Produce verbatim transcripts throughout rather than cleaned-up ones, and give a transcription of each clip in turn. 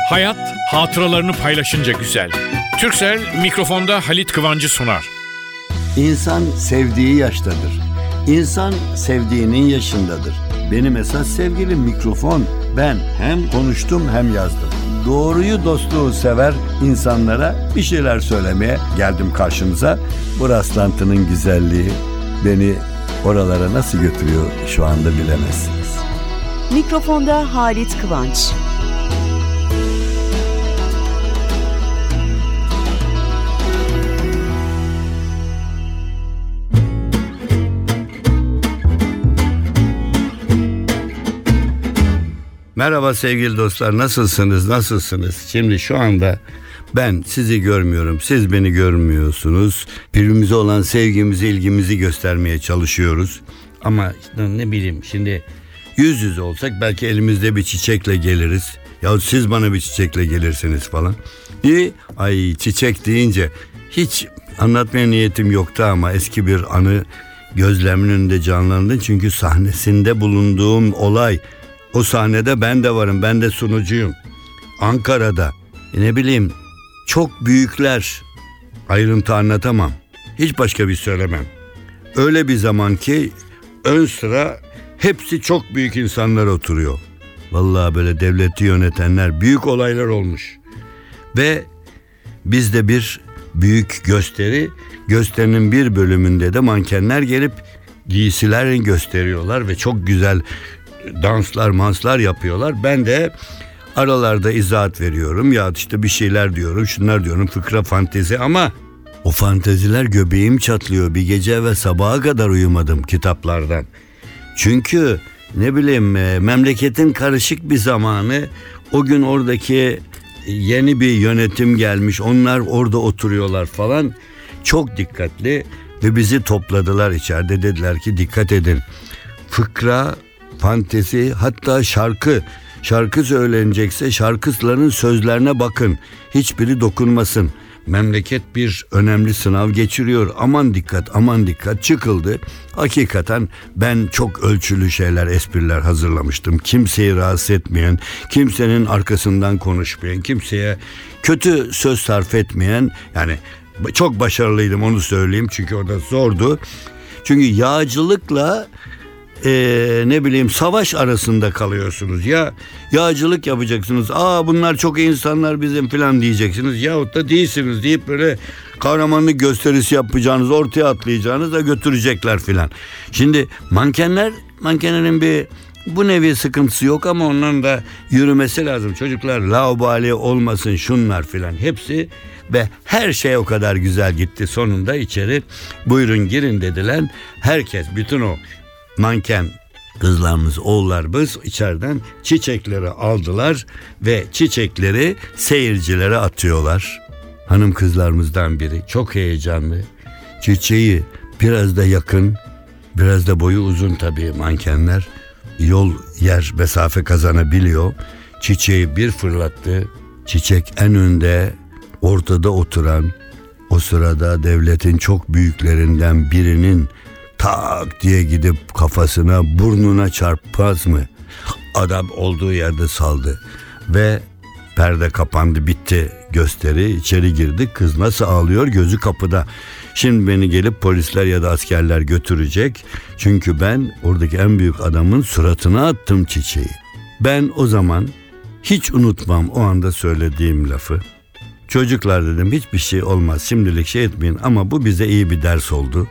Hayat hatıralarını paylaşınca güzel. Turkcell mikrofonda Halit Kıvancı sunar. İnsan sevdiği yaştadır. İnsan sevdiğinin yaşındadır. Benim esas sevgilim mikrofon. Ben hem konuştum hem yazdım. Doğruyu, dostluğu sever insanlara bir şeyler söylemeye geldim karşınıza. Bu rastlantının güzelliği beni oralara nasıl götürüyor şu anda bilemezsiniz. Mikrofonda Halit Kıvanç. Merhaba sevgili dostlar, nasılsınız nasılsınız? Şimdi şu anda ben sizi görmüyorum, siz beni görmüyorsunuz. Birbirimize olan sevgimizi, ilgimizi göstermeye çalışıyoruz. Ama işte ne bileyim, şimdi yüz yüze olsak belki elimizde bir çiçekle geliriz. Ya siz bana bir çiçekle gelirsiniz falan. İyi, ay çiçek deyince hiç anlatmaya niyetim yoktu ama eski bir anı gözlemin önünde canlandı. Çünkü sahnesinde bulunduğum olay, o sahnede ben de varım, ben de sunucuyum. Ankara'da, e ne bileyim, çok büyükler, ayrıntı anlatamam. Hiç başka bir söylemem. Öyle bir zaman ki ön sıra hepsi çok büyük insanlar oturuyor. Vallahi böyle devleti yönetenler, büyük olaylar olmuş. Ve bizde bir büyük gösteri, gösterinin bir bölümünde de mankenler gelip giysilerini gösteriyorlar ve çok güzel danslar manslar yapıyorlar. Ben de aralarda izahat veriyorum. Ya işte bir şeyler diyorum, şunlar diyorum, fıkra fantezi, ama o fanteziler göbeğim çatlıyor. Bir gece ve sabaha kadar uyumadım kitaplardan. Çünkü ne bileyim, memleketin karışık bir zamanı, o gün oradaki yeni bir yönetim gelmiş, onlar orada oturuyorlar falan, çok dikkatli ve bizi topladılar içeride, dediler ki dikkat edin, fıkra, fantezi, hatta şarkı şarkı söylenecekse şarkıların sözlerine bakın, hiçbiri dokunmasın. Memleket bir önemli sınav geçiriyor, aman dikkat aman dikkat çıkıldı. Hakikaten ben çok ölçülü şeyler, espriler hazırlamıştım. Kimseyi rahatsız etmeyen, kimsenin arkasından konuşmayan, kimseye kötü söz sarf etmeyen, yani çok başarılıydım, onu söyleyeyim, çünkü orada zordu. Çünkü yağcılıkla Ee, ne bileyim savaş arasında kalıyorsunuz. Ya yağcılık yapacaksınız, aa bunlar çok iyi insanlar bizim falan diyeceksiniz, yahut da değilsiniz deyip böyle kahramanlık gösterisi yapacağınız, ortaya atlayacağınız da götürecekler filan. Şimdi mankenler, mankenlerin bir bu nevi sıkıntısı yok ama onların da yürümesi lazım. Çocuklar laubali olmasın, şunlar filan, hepsi ve her şey o kadar güzel gitti. Sonunda içeri buyurun girin dediler. Herkes, bütün o manken kızlarımız, oğullarımız içeriden çiçekleri aldılar ve çiçekleri seyircilere atıyorlar. Hanım kızlarımızdan biri çok heyecanlı, çiçeği biraz da yakın, biraz da boyu uzun, tabii mankenler yol yer mesafe kazanabiliyor. Çiçeği bir fırlattı, çiçek en önde, ortada oturan, o sırada devletin çok büyüklerinden birinin tak diye gidip kafasına, burnuna çarpmaz mı? Adam olduğu yerde saldı ve perde kapandı, bitti gösteri, içeri girdik. Kız nasıl ağlıyor, gözü kapıda. Şimdi beni gelip polisler ya da askerler götürecek. Çünkü ben oradaki en büyük adamın suratına attım çiçeği. Ben o zaman hiç unutmam o anda söylediğim lafı. Çocuklar dedim, hiçbir şey olmaz, şimdilik şey etmeyin, ama bu bize iyi bir ders oldu.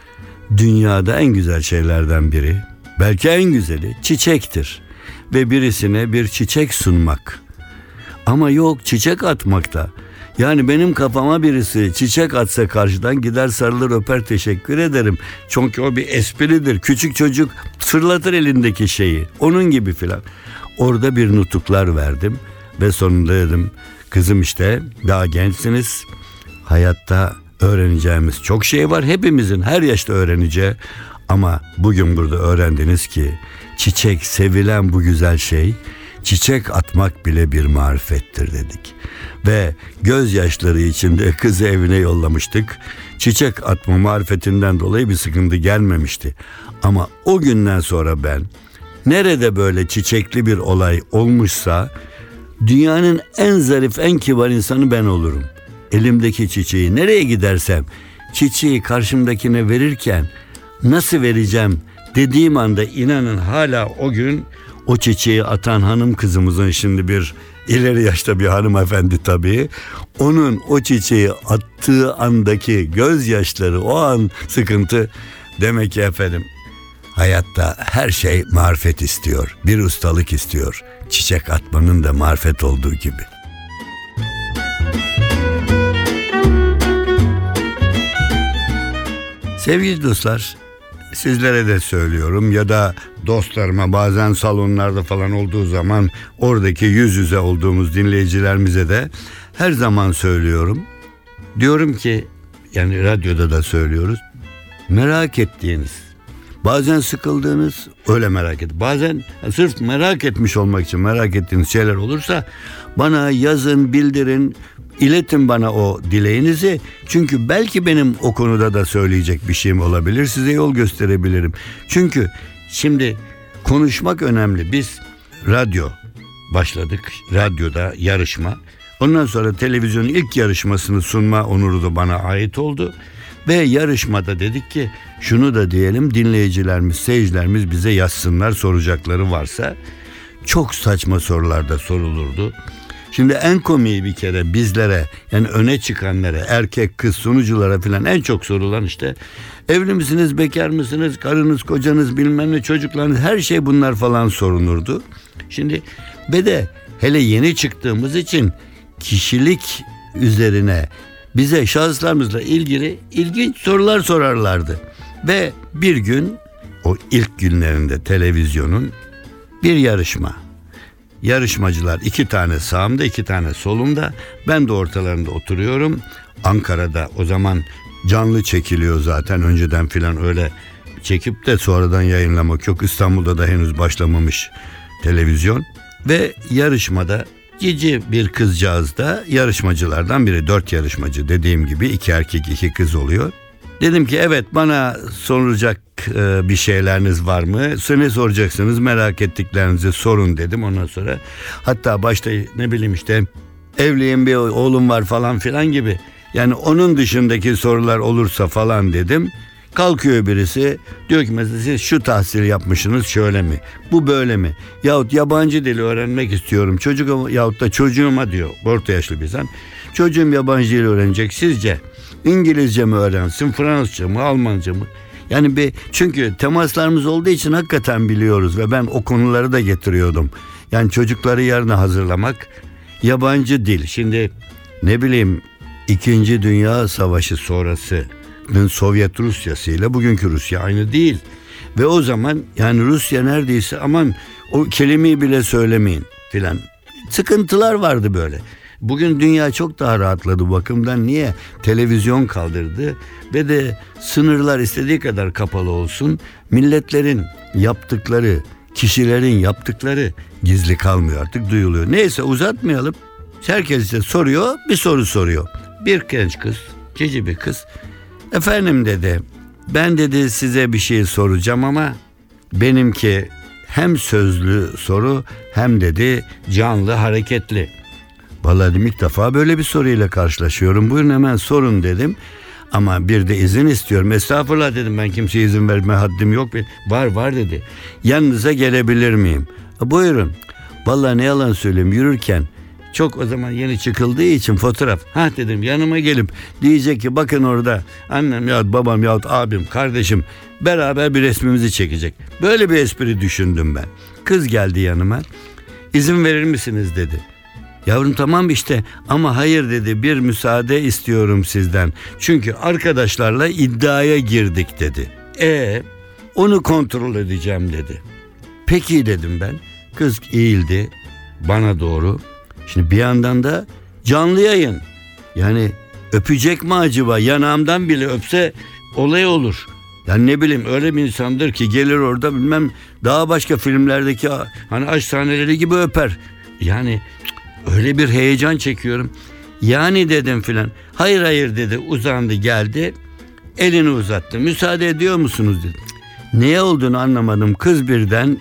Dünyada en güzel şeylerden biri, belki en güzeli, çiçektir. Ve birisine bir çiçek sunmak. Ama yok, çiçek atmak da. Yani benim kafama birisi çiçek atsa karşıdan, gider sarılır öper, teşekkür ederim. Çünkü o bir espridir. Küçük çocuk fırlatır elindeki şeyi. Onun gibi filan. Orada bir nutuklar verdim ve sonunda dedim, kızım işte daha gençsiniz. Hayatta öğreneceğimiz çok şey var. Hepimizin her yaşta öğreneceği. Ama bugün burada öğrendiniz ki çiçek, sevilen bu güzel şey, çiçek atmak bile bir marifettir dedik. Ve gözyaşları içinde kızı evine yollamıştık. Çiçek atma marifetinden dolayı bir sıkıntı gelmemişti. Ama o günden sonra ben nerede böyle çiçekli bir olay olmuşsa dünyanın en zarif, en kibar insanı ben olurum. Elimdeki çiçeği nereye gidersem çiçeği karşımdakine verirken nasıl vereceğim dediğim anda inanın hala o gün o çiçeği atan hanım kızımızın, şimdi bir ileri yaşta bir hanımefendi tabii, onun o çiçeği attığı andaki gözyaşları, o an sıkıntı. Demek ki efendim hayatta her şey marifet istiyor, bir ustalık istiyor. Çiçek atmanın da marifet olduğu gibi. Sevgili dostlar, sizlere de söylüyorum ya da dostlarıma, bazen salonlarda falan olduğu zaman oradaki yüz yüze olduğumuz dinleyicilerimize de her zaman söylüyorum. Diyorum ki, yani radyoda da söylüyoruz, merak ettiğiniz, bazen sıkıldığınız, öyle merak et. Bazen sırf merak etmiş olmak için merak ettiğiniz şeyler olursa bana yazın, bildirin, iletin bana o dileğinizi. Çünkü belki benim o konuda da söyleyecek bir şeyim olabilir. Size yol gösterebilirim. Çünkü şimdi konuşmak önemli. Biz radyo başladık. Radyoda yarışma. Ondan sonra televizyonun ilk yarışmasını sunma onuru da bana ait oldu. Ve yarışmada dedik ki şunu da diyelim, dinleyicilerimiz, seyircilerimiz bize yazsınlar soracakları varsa. Çok saçma sorular da sorulurdu. Şimdi en komiği bir kere bizlere, yani öne çıkanlara, erkek kız sunuculara filan en çok sorulan işte evli misiniz, bekar mısınız, karınız, kocanız, bilmem ne, çocuklarınız, her şey bunlar falan sorulurdu. Şimdi ve de hele yeni çıktığımız için kişilik üzerine bize şahıslarımızla ilgili ilginç sorular sorarlardı. Ve bir gün o ilk günlerinde televizyonun bir yarışma. Yarışmacılar iki tane sağımda, iki tane solumda. Ben de ortalarında oturuyorum. Ankara'da o zaman canlı çekiliyor zaten, önceden filan öyle çekip de sonradan yayınlamak yok. İstanbul'da da henüz başlamamış televizyon. Ve yarışmada cici bir kızcağız da yarışmacılardan biri. Dört yarışmacı dediğim gibi, iki erkek iki kız oluyor. Dedim ki evet, bana soracak e, bir şeyleriniz var mı? Ne soracaksınız, merak ettiklerinizi sorun dedim ondan sonra. Hatta başta ne bileyim işte evliyim, bir oğlum var falan filan gibi. Yani onun dışındaki sorular olursa falan dedim. Kalkıyor birisi, diyor ki mesela siz şu tahsil yapmışsınız, şöyle mi? Bu böyle mi? Yahut yabancı dili öğrenmek istiyorum. Çocuk yahut da çocuğuma diyor, orta yaşlı bir insan. Çocuğum yabancı dil öğrenecek, sizce İngilizce mi öğrensin, Fransızca mı, Almanca mı? Yani bir, çünkü temaslarımız olduğu için hakikaten biliyoruz ve ben o konuları da getiriyordum. Yani çocukları yarına hazırlamak, yabancı dil. Şimdi ne bileyim, İkinci Dünya Savaşı sonrası Sovyet Rusyası ile bugünkü Rusya aynı değil. Ve o zaman yani Rusya neredeyse aman o kelimeyi bile söylemeyin filan. Sıkıntılar vardı böyle. Bugün dünya çok daha rahatladı bu bakımdan. Niye? Televizyon kaldırdı ve de sınırlar istediği kadar kapalı olsun. Milletlerin yaptıkları, kişilerin yaptıkları gizli kalmıyor, artık duyuluyor. Neyse, uzatmayalım. Herkes ise soruyor, bir soru soruyor. Bir genç kız, cici bir kız. Efendim dedi, ben dedi size bir şey soracağım ama benimki hem sözlü soru hem dedi canlı, hareketli. Vallahi dedim, ilk defa böyle bir soruyla karşılaşıyorum. Buyurun hemen sorun dedim. Ama bir de izin istiyorum. Estağfurullah dedim, ben kimseye izin verme haddim yok. Var var dedi. Yanınıza gelebilir miyim? Buyurun. Vallahi ne yalan söyleyeyim, yürürken çok o zaman yeni çıkıldığı için fotoğraf. Ha dedim, yanıma gelip diyecek ki bakın orada annem yahut babam yahut abim, kardeşim beraber bir resmimizi çekecek. Böyle bir espri düşündüm ben. Kız geldi yanıma. İzin verir misiniz dedi. Yavrum tamam işte ama hayır dedi, bir müsaade istiyorum sizden. Çünkü arkadaşlarla iddiaya girdik dedi. E onu kontrol edeceğim dedi. Peki dedim ben. Kız eğildi bana doğru. Şimdi bir yandan da canlı yayın. Yani öpecek mi acaba? Yanağımdan bile öpse olay olur. Yani ne bileyim, öyle bir insandır ki gelir orada bilmem daha başka filmlerdeki hani aşk sahneleri gibi öper. Yani öyle bir heyecan çekiyorum. Yani dedim filan. Hayır hayır dedi, uzandı geldi. Elini uzattı. Müsaade ediyor musunuz dedi. Neye olduğunu anlamadım. Kız birden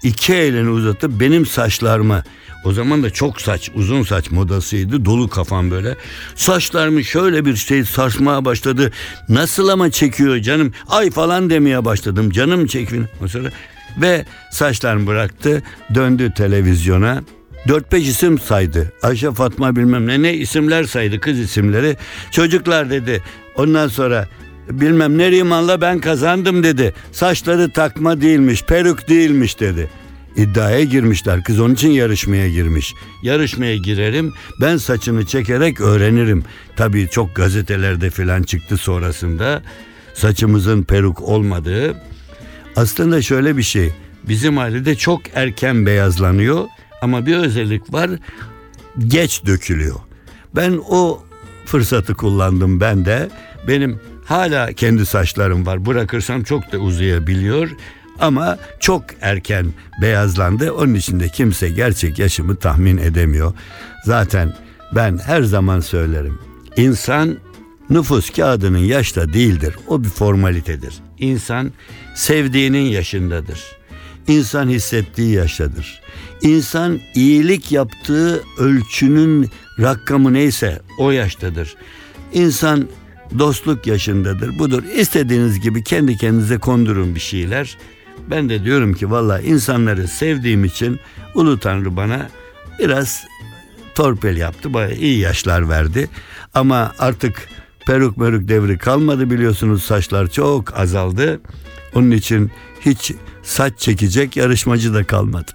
iki elini uzatıp benim saçlarımı, o zaman da çok saç, uzun saç modasıydı, dolu kafam böyle, saçlarımı şöyle bir şey sarsmaya başladı. Nasıl ama çekiyor canım, ay falan demeye başladım, canım çekin. Sonra ve saçlarımı bıraktı, döndü televizyona. Dört beş isim saydı. Ayşe, Fatma, bilmem ne ne isimler saydı, kız isimleri. Çocuklar dedi. Ondan sonra bilmem ne Riman'la ben kazandım dedi. Saçları takma değilmiş, peruk değilmiş dedi. İddiaya girmişler. Kız onun için yarışmaya girmiş. Yarışmaya girerim, ben saçını çekerek öğrenirim. Tabii çok gazetelerde filan çıktı sonrasında. Saçımızın peruk olmadığı. Aslında şöyle bir şey. Bizim ailede çok erken beyazlanıyor. Ama bir özellik var, geç dökülüyor. Ben o fırsatı kullandım ben de. Benim hala kendi saçlarım var. Bırakırsam çok da uzayabiliyor. Ama çok erken beyazlandı. Onun için de kimse gerçek yaşımı tahmin edemiyor. Zaten ben her zaman söylerim. İnsan nüfus kağıdının yaşta değildir. O bir formalitedir. İnsan sevdiğinin yaşındadır. İnsan hissettiği yaştadır. İnsan iyilik yaptığı ölçünün rakamı neyse o yaştadır. İnsan dostluk yaşındadır. Budur. İstediğiniz gibi kendi kendinize kondurun bir şeyler. Ben de diyorum ki vallahi insanları sevdiğim için Ulu Tanrı bana biraz torpil yaptı. Bayağı iyi yaşlar verdi. Ama artık peruk meruk devri kalmadı, biliyorsunuz, saçlar çok azaldı. Onun için hiç saç çekecek yarışmacı da kalmadı.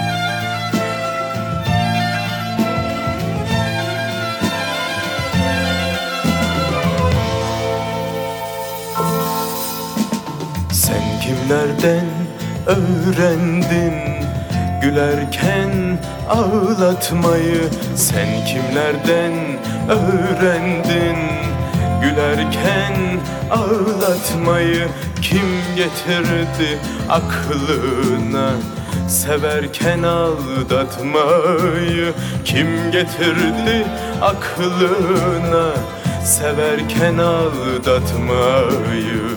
Sen kimlerden öğrendin gülerken ağlatmayı? Sen kimlerden öğrendin gülerken ağlatmayı? Kim getirdi aklına severken aldatmayı? Kim getirdi aklına severken aldatmayı?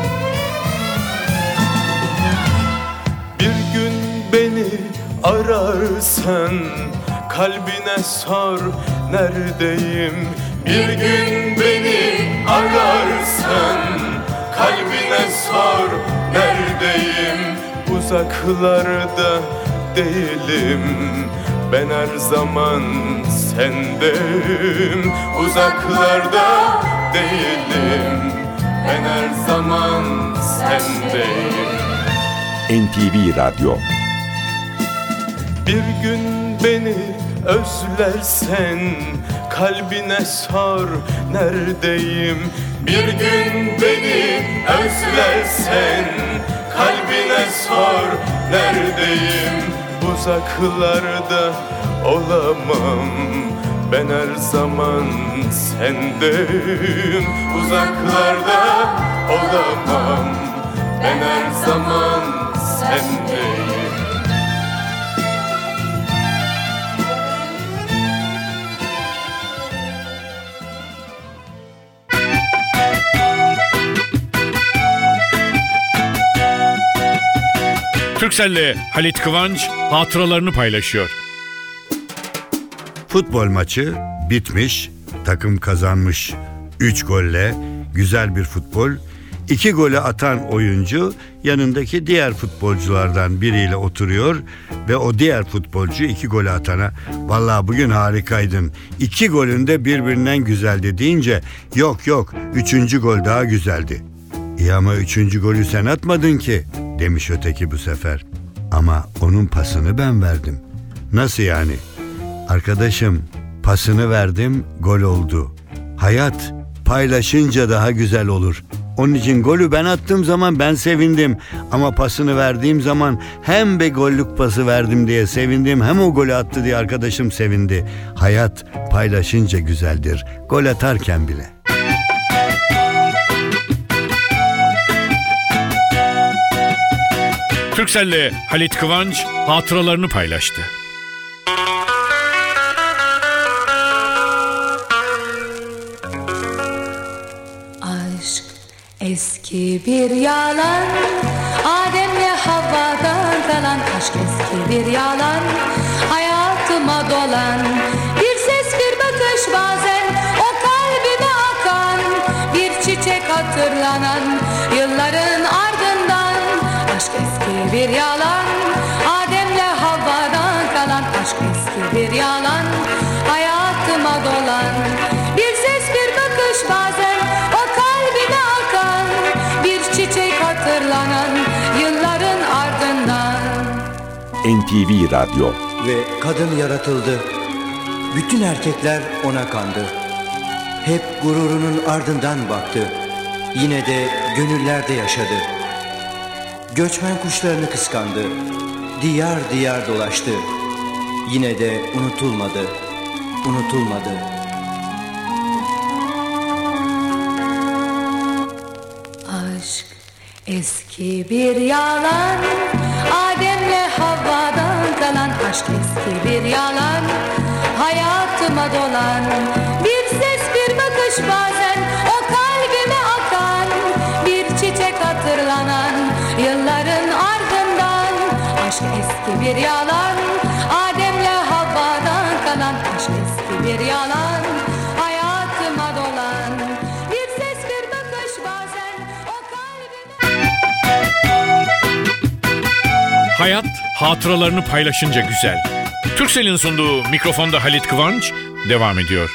Bir gün beni ararsan kalbine sor neredeyim? Bir gün beni ararsan kalbine sor neredeyim? Uzaklarda değilim, ben her zaman sendeyim. Uzaklarda değilim, ben her zaman sendeyim. N T V Radyo. Bir gün beni özlersen kalbine sor neredeyim? Bir gün beni özlersen kalbine sor neredeyim? Uzaklarda olamam, ben her zaman sendeyim. Uzaklarda olamam, ben her zaman sendeyim. Turkcell'le Halit Kıvanç hatıralarını paylaşıyor. Futbol maçı bitmiş, takım kazanmış üç golle, güzel bir futbol. İki golü atan oyuncu yanındaki diğer futbolculardan biriyle oturuyor ve o diğer futbolcu iki golü atana "Vallahi bugün harikaydın, iki golün de birbirinden güzeldi" deyince "Yok yok, üçüncü gol daha güzeldi." "İyi ama üçüncü golü sen atmadın ki" demiş öteki bu sefer. "Ama onun pasını ben verdim." "Nasıl yani?" "Arkadaşım, pasını verdim, gol oldu. Hayat paylaşınca daha güzel olur. Onun için golü ben attığım zaman ben sevindim. Ama pasını verdiğim zaman hem bir gollük pası verdim diye sevindim, hem o golü attı diye arkadaşım sevindi. Hayat paylaşınca güzeldir, gol atarken bile." Turkcell'le Halit Kıvanç hatıralarını paylaştı. Aşk eski bir yalan, Adem'le Havva'dan kalan aşk eski bir yalan, hayatıma dolan bir ses bir bakış bazen o kalbime akan, bir çiçek hatırlanan yılların ardından. Aşk eski bir yalan, Adem'le Havva'dan kalan aşk eski bir yalan, hayatıma dolan bir ses bir bakış bazen o kalbime akan, bir çiçek hatırlanan yılların ardından. N T V Radyo. Ve kadın yaratıldı. Bütün erkekler ona kandı. Hep gururunun ardından baktı. Yine de gönüllerde yaşadı. Göçmen kuşlarını kıskandı. Diyar diyar dolaştı. Yine de unutulmadı. Unutulmadı. Aşk eski bir yalan, Adem'le Havva'dan kalan aşk eski bir yalan, hayatıma dolan bir ses bir bakış bazen o kalbime akan, bir çiçek hatırlanan yılların ardından. Aşk eski bir yalan, Adem'le Havva'dan kalan aşk eski bir yalan, hayatıma dolan bir ses bir bakış bazen o kalbime. Hayat hatıralarını paylaşınca güzel. Turkcell'in sunduğu Mikrofonda Halit Kıvanç devam ediyor.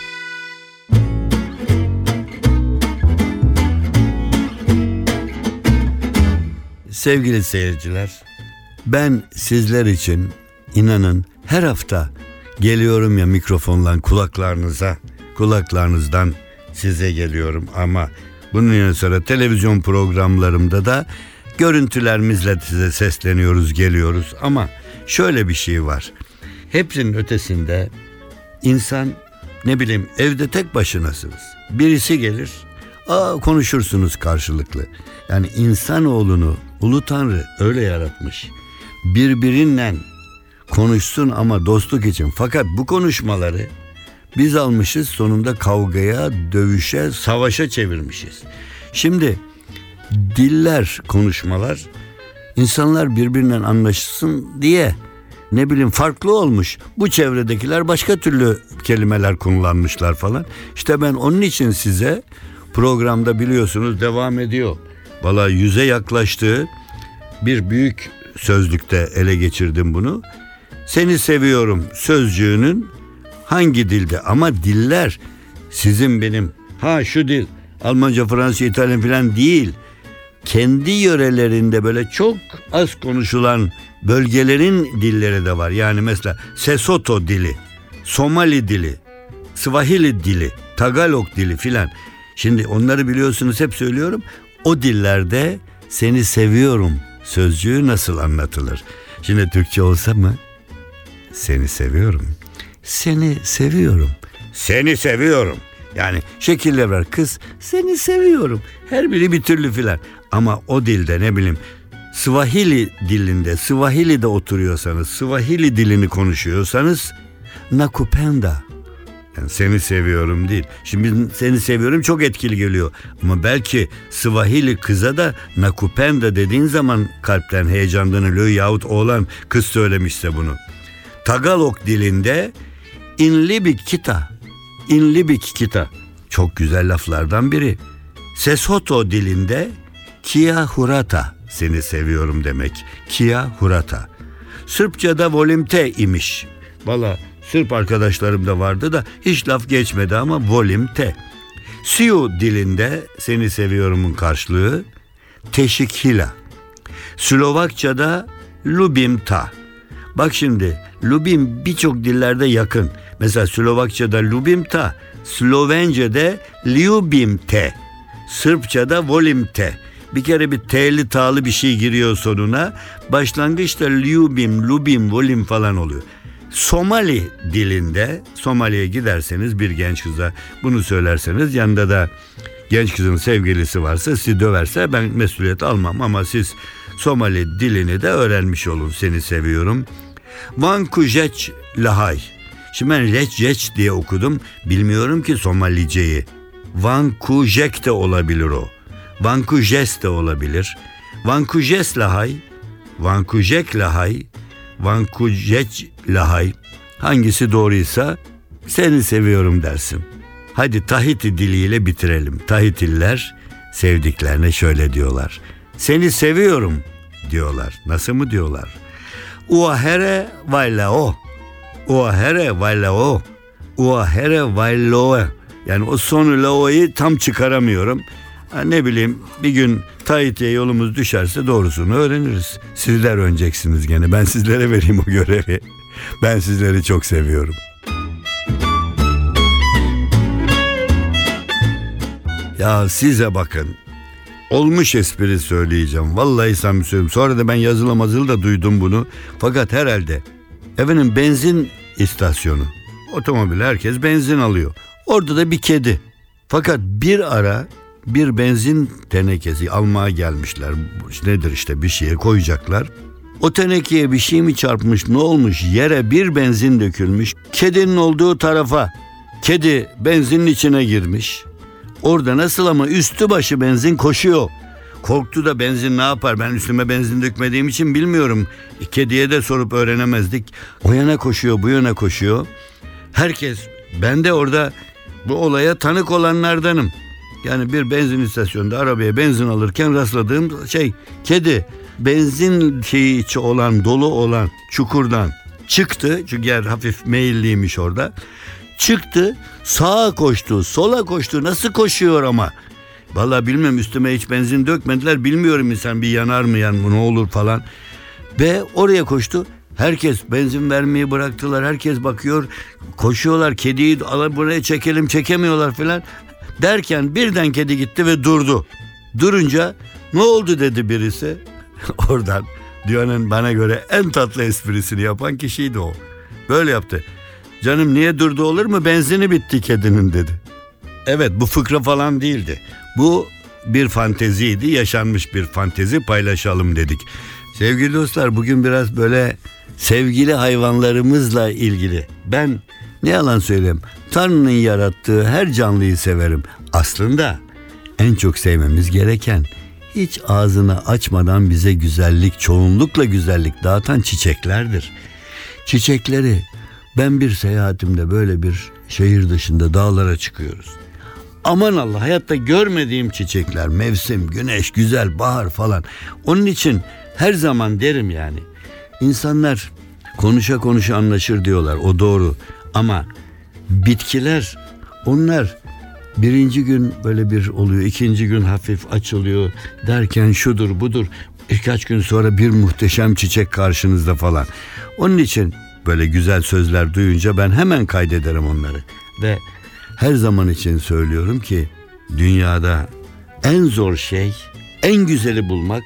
Sevgili seyirciler, ben sizler için inanın her hafta geliyorum ya mikrofonla kulaklarınıza, kulaklarınızdan size geliyorum ama bunun yanı sıra televizyon programlarımda da görüntülerimizle size sesleniyoruz, geliyoruz ama şöyle bir şey var. Hepsinin ötesinde insan, ne bileyim, evde tek başınasınız. Birisi gelir, aa, konuşursunuz karşılıklı. Yani insanoğlunu Ulu Tanrı öyle yaratmış. Birbirinden konuşsun ama dostluk için. Fakat bu konuşmaları biz almışız, sonunda kavgaya, dövüşe, savaşa çevirmişiz. Şimdi diller, konuşmalar, insanlar birbirinden anlaşsın diye ne bileyim farklı olmuş. Bu çevredekiler başka türlü kelimeler kullanmışlar falan. İşte ben onun için size programda, biliyorsunuz, devam ediyor. Vallahi yüze yaklaştığı bir büyük sözlükte ele geçirdim bunu. Seni seviyorum sözcüğünün hangi dilde, ama diller sizin benim, ha şu dil Almanca, Fransızca, İtalyan falan değil. Kendi yörelerinde böyle çok az konuşulan bölgelerin dilleri de var. Yani mesela Sesotho dili, Somali dili, Swahili dili, Tagalog dili filan. Şimdi onları biliyorsunuz, hep söylüyorum. O dillerde seni seviyorum sözcüğü nasıl anlatılır? Şimdi Türkçe olsa mı? Seni seviyorum. Seni seviyorum. Seni seviyorum. Yani şekiller var. Kız seni seviyorum. Her biri bir türlü filan. Ama o dilde, ne bileyim, Swahili dilinde, Swahili'de oturuyorsanız, Swahili dilini konuşuyorsanız nakupenda. Yani seni seviyorum değil. Şimdi seni seviyorum çok etkili geliyor. Ama belki Swahili kıza da nakupenda dediğin zaman kalpten heyecanlanıyor yahut oğlan kız söylemişse bunu. Tagalog dilinde inlibik kita. İnlibik kita. Çok güzel laflardan biri. Sesotho dilinde kia hurata. Seni seviyorum demek. Kia hurata. Sırpçada volimte imiş. Valla Sırp arkadaşlarım da vardı da hiç laf geçmedi ama volimte. Siu dilinde seni seviyorumun karşılığı teşikhila. Slovakçada lubimta. Bak şimdi, lubim birçok dillerde yakın. Mesela Slovakçada lubimta, Slovence'de ljubimte, Sırpçada volimte. Bir kere bir T'li ta'lı bir şey giriyor sonuna. Başlangıçta ljubim, lubim, volim falan oluyor. Somali dilinde, Somali'ye giderseniz bir genç kıza bunu söylerseniz, yanında da genç kızın sevgilisi varsa, sizi döverse ben mesuliyet almam ama siz Somali dilini de öğrenmiş olun. Seni seviyorum. Vankujec lahay. Şimdi ben reç diye okudum. Bilmiyorum ki Somaliceyi. Vankujec de olabilir o. Vankujes de olabilir. Vankujes lahay, Vankujek lahay, Vankujec lahay. Hangisi doğruysa seni seviyorum dersin. Hadi Tahiti diliyle bitirelim. Tahitililer sevdiklerine şöyle diyorlar. Seni seviyorum diyorlar. Nasıl mı diyorlar? Uahere vailao. Uahere vailao. Uahere vailao. Yani o sonu lao'yu tam çıkaramıyorum. Ha, ne bileyim, bir gün Tahiti'ye yolumuz düşerse doğrusunu öğreniriz. Sizler öğreneceksiniz gene. Ben sizlere vereyim o görevi. Ben sizleri çok seviyorum. Ya size bakın. Olmuş espri söyleyeceğim. Vallahi samimi söylüyorum. Sonra da ben yazılı mazılı da duydum bunu. Fakat herhalde efendim benzin istasyonu. Otomobil, herkes benzin alıyor. Orada da bir kedi. Fakat bir ara bir benzin tenekesi almaya gelmişler. Nedir işte, bir şeye koyacaklar. O tenekeye bir şey mi çarpmış, ne olmuş, yere bir benzin dökülmüş. Kedinin olduğu tarafa. Kedi benzinin içine girmiş. Orada nasıl ama üstü başı benzin koşuyor. Korktu da benzin ne yapar, ben üstüme benzin dökmediğim için bilmiyorum. E, kediye de sorup öğrenemezdik. O yana koşuyor, bu yana koşuyor. Herkes, ben de orada bu olaya tanık olanlardanım. Yani bir benzin istasyonunda arabaya benzin alırken rastladığım şey, kedi benzin şeyi içi olan, dolu olan çukurdan çıktı. Çünkü yer hafif meyilliymiş orada. Çıktı, sağa koştu, sola koştu. Nasıl koşuyor ama? Vallahi bilmiyorum, üstüme hiç benzin dökmediler. Bilmiyorum insan bir yanar mı, yani ne olur falan. Ve oraya koştu. Herkes benzin vermeyi bıraktılar. Herkes bakıyor. Koşuyorlar. Kediyi alıp buraya çekelim, çekemiyorlar falan. Derken birden kedi gitti ve durdu. Durunca ne oldu dedi birisi. Oradan dünyanın bana göre en tatlı esprisini yapan kişiydi o. Böyle yaptı. Canım niye durdu olur mu? Benzini bitti kedinin dedi. Evet, bu fıkra falan değildi. Bu bir fanteziydi. Yaşanmış bir fantezi, paylaşalım dedik. Sevgili dostlar, bugün biraz böyle sevgili hayvanlarımızla ilgili. Ben ne yalan söyleyeyim, Tanrı'nın yarattığı her canlıyı severim. Aslında en çok sevmemiz gereken, hiç ağzını açmadan bize güzellik, çoğunlukla güzellik dağıtan çiçeklerdir. Çiçekleri, ben bir seyahatimde böyle bir şehir dışında dağlara çıkıyoruz. Aman Allah, hayatta görmediğim çiçekler, mevsim, güneş, güzel, bahar falan. Onun için her zaman derim yani, insanlar konuşa konuşa anlaşır diyorlar, o doğru. Ama bitkiler, onlar birinci gün böyle bir oluyor, ikinci gün hafif açılıyor derken şudur budur, birkaç gün sonra bir muhteşem çiçek karşınızda falan. Onun için böyle güzel sözler duyunca ben hemen kaydederim onları. Ve her zaman için söylüyorum ki, dünyada en zor şey en güzeli bulmak.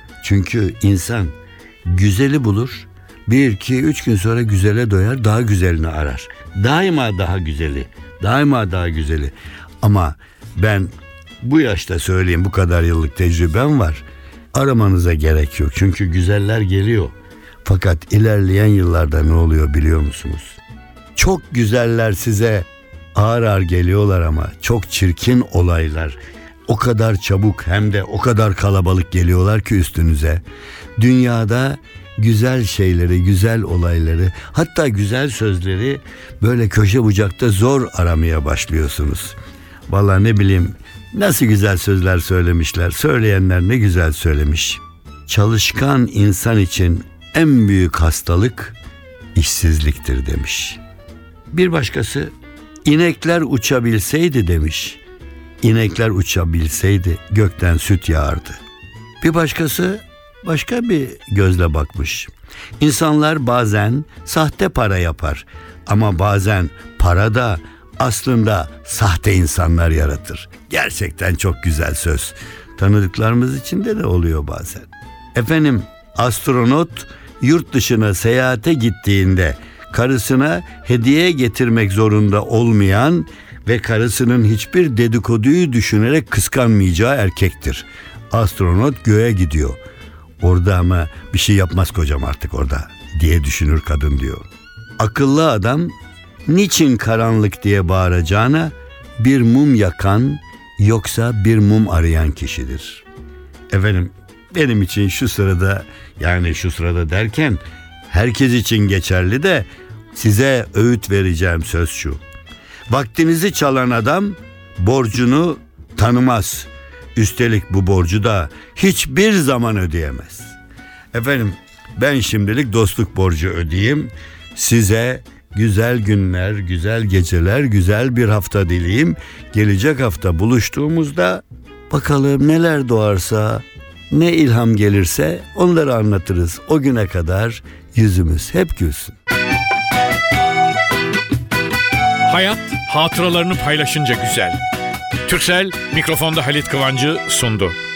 Çünkü insan güzeli bulur, bir, iki, üç gün sonra güzele doyar, daha güzelini arar. Daima daha güzeli, daima daha güzeli. Ama ben bu yaşta söyleyeyim, bu kadar yıllık tecrübem var. Aramanıza gerek yok, çünkü güzeller geliyor. Fakat ilerleyen yıllarda ne oluyor biliyor musunuz? Çok güzeller size ağır ağır geliyorlar ama çok çirkin olaylar o kadar çabuk hem de o kadar kalabalık geliyorlar ki üstünüze. Dünyada güzel şeyleri, güzel olayları, hatta güzel sözleri böyle köşe bucakta zor aramaya başlıyorsunuz. Vallahi ne bileyim, nasıl güzel sözler söylemişler. Söyleyenler ne güzel söylemiş. Çalışkan insan için en büyük hastalık işsizliktir demiş. Bir başkası, inekler uçabilseydi demiş. İnekler uçabilseydi gökten süt yağardı. Bir başkası başka bir gözle bakmış. İnsanlar bazen sahte para yapar ama bazen para da aslında sahte insanlar yaratır. Gerçekten çok güzel söz. Tanıdıklarımız içinde de oluyor bazen. Efendim, astronot yurt dışına seyahate gittiğinde karısına hediye getirmek zorunda olmayan ve karısının hiçbir dedikoduyu düşünerek kıskanmayacağı erkektir. Astronot göğe gidiyor. Orada ama bir şey yapmaz kocam artık orada diye düşünür kadın diyor. Akıllı adam niçin karanlık diye bağıracağına bir mum yakan, yoksa bir mum arayan kişidir. Efendim, benim için şu sırada, yani şu sırada derken herkes için geçerli de size öğüt vereceğim söz şu: vaktinizi çalan adam borcunu tanımaz. Üstelik bu borcu da hiçbir zaman ödeyemez. Efendim, ben şimdilik dostluk borcu ödeyeyim. Size güzel günler, güzel geceler, güzel bir hafta dileyim. Gelecek hafta buluştuğumuzda bakalım neler doğarsa, ne ilham gelirse onları anlatırız. O güne kadar yüzümüz hep gülsün. Hayat hatıralarını paylaşınca güzel. Turkcell mikrofonda Halit Kıvancı sundu.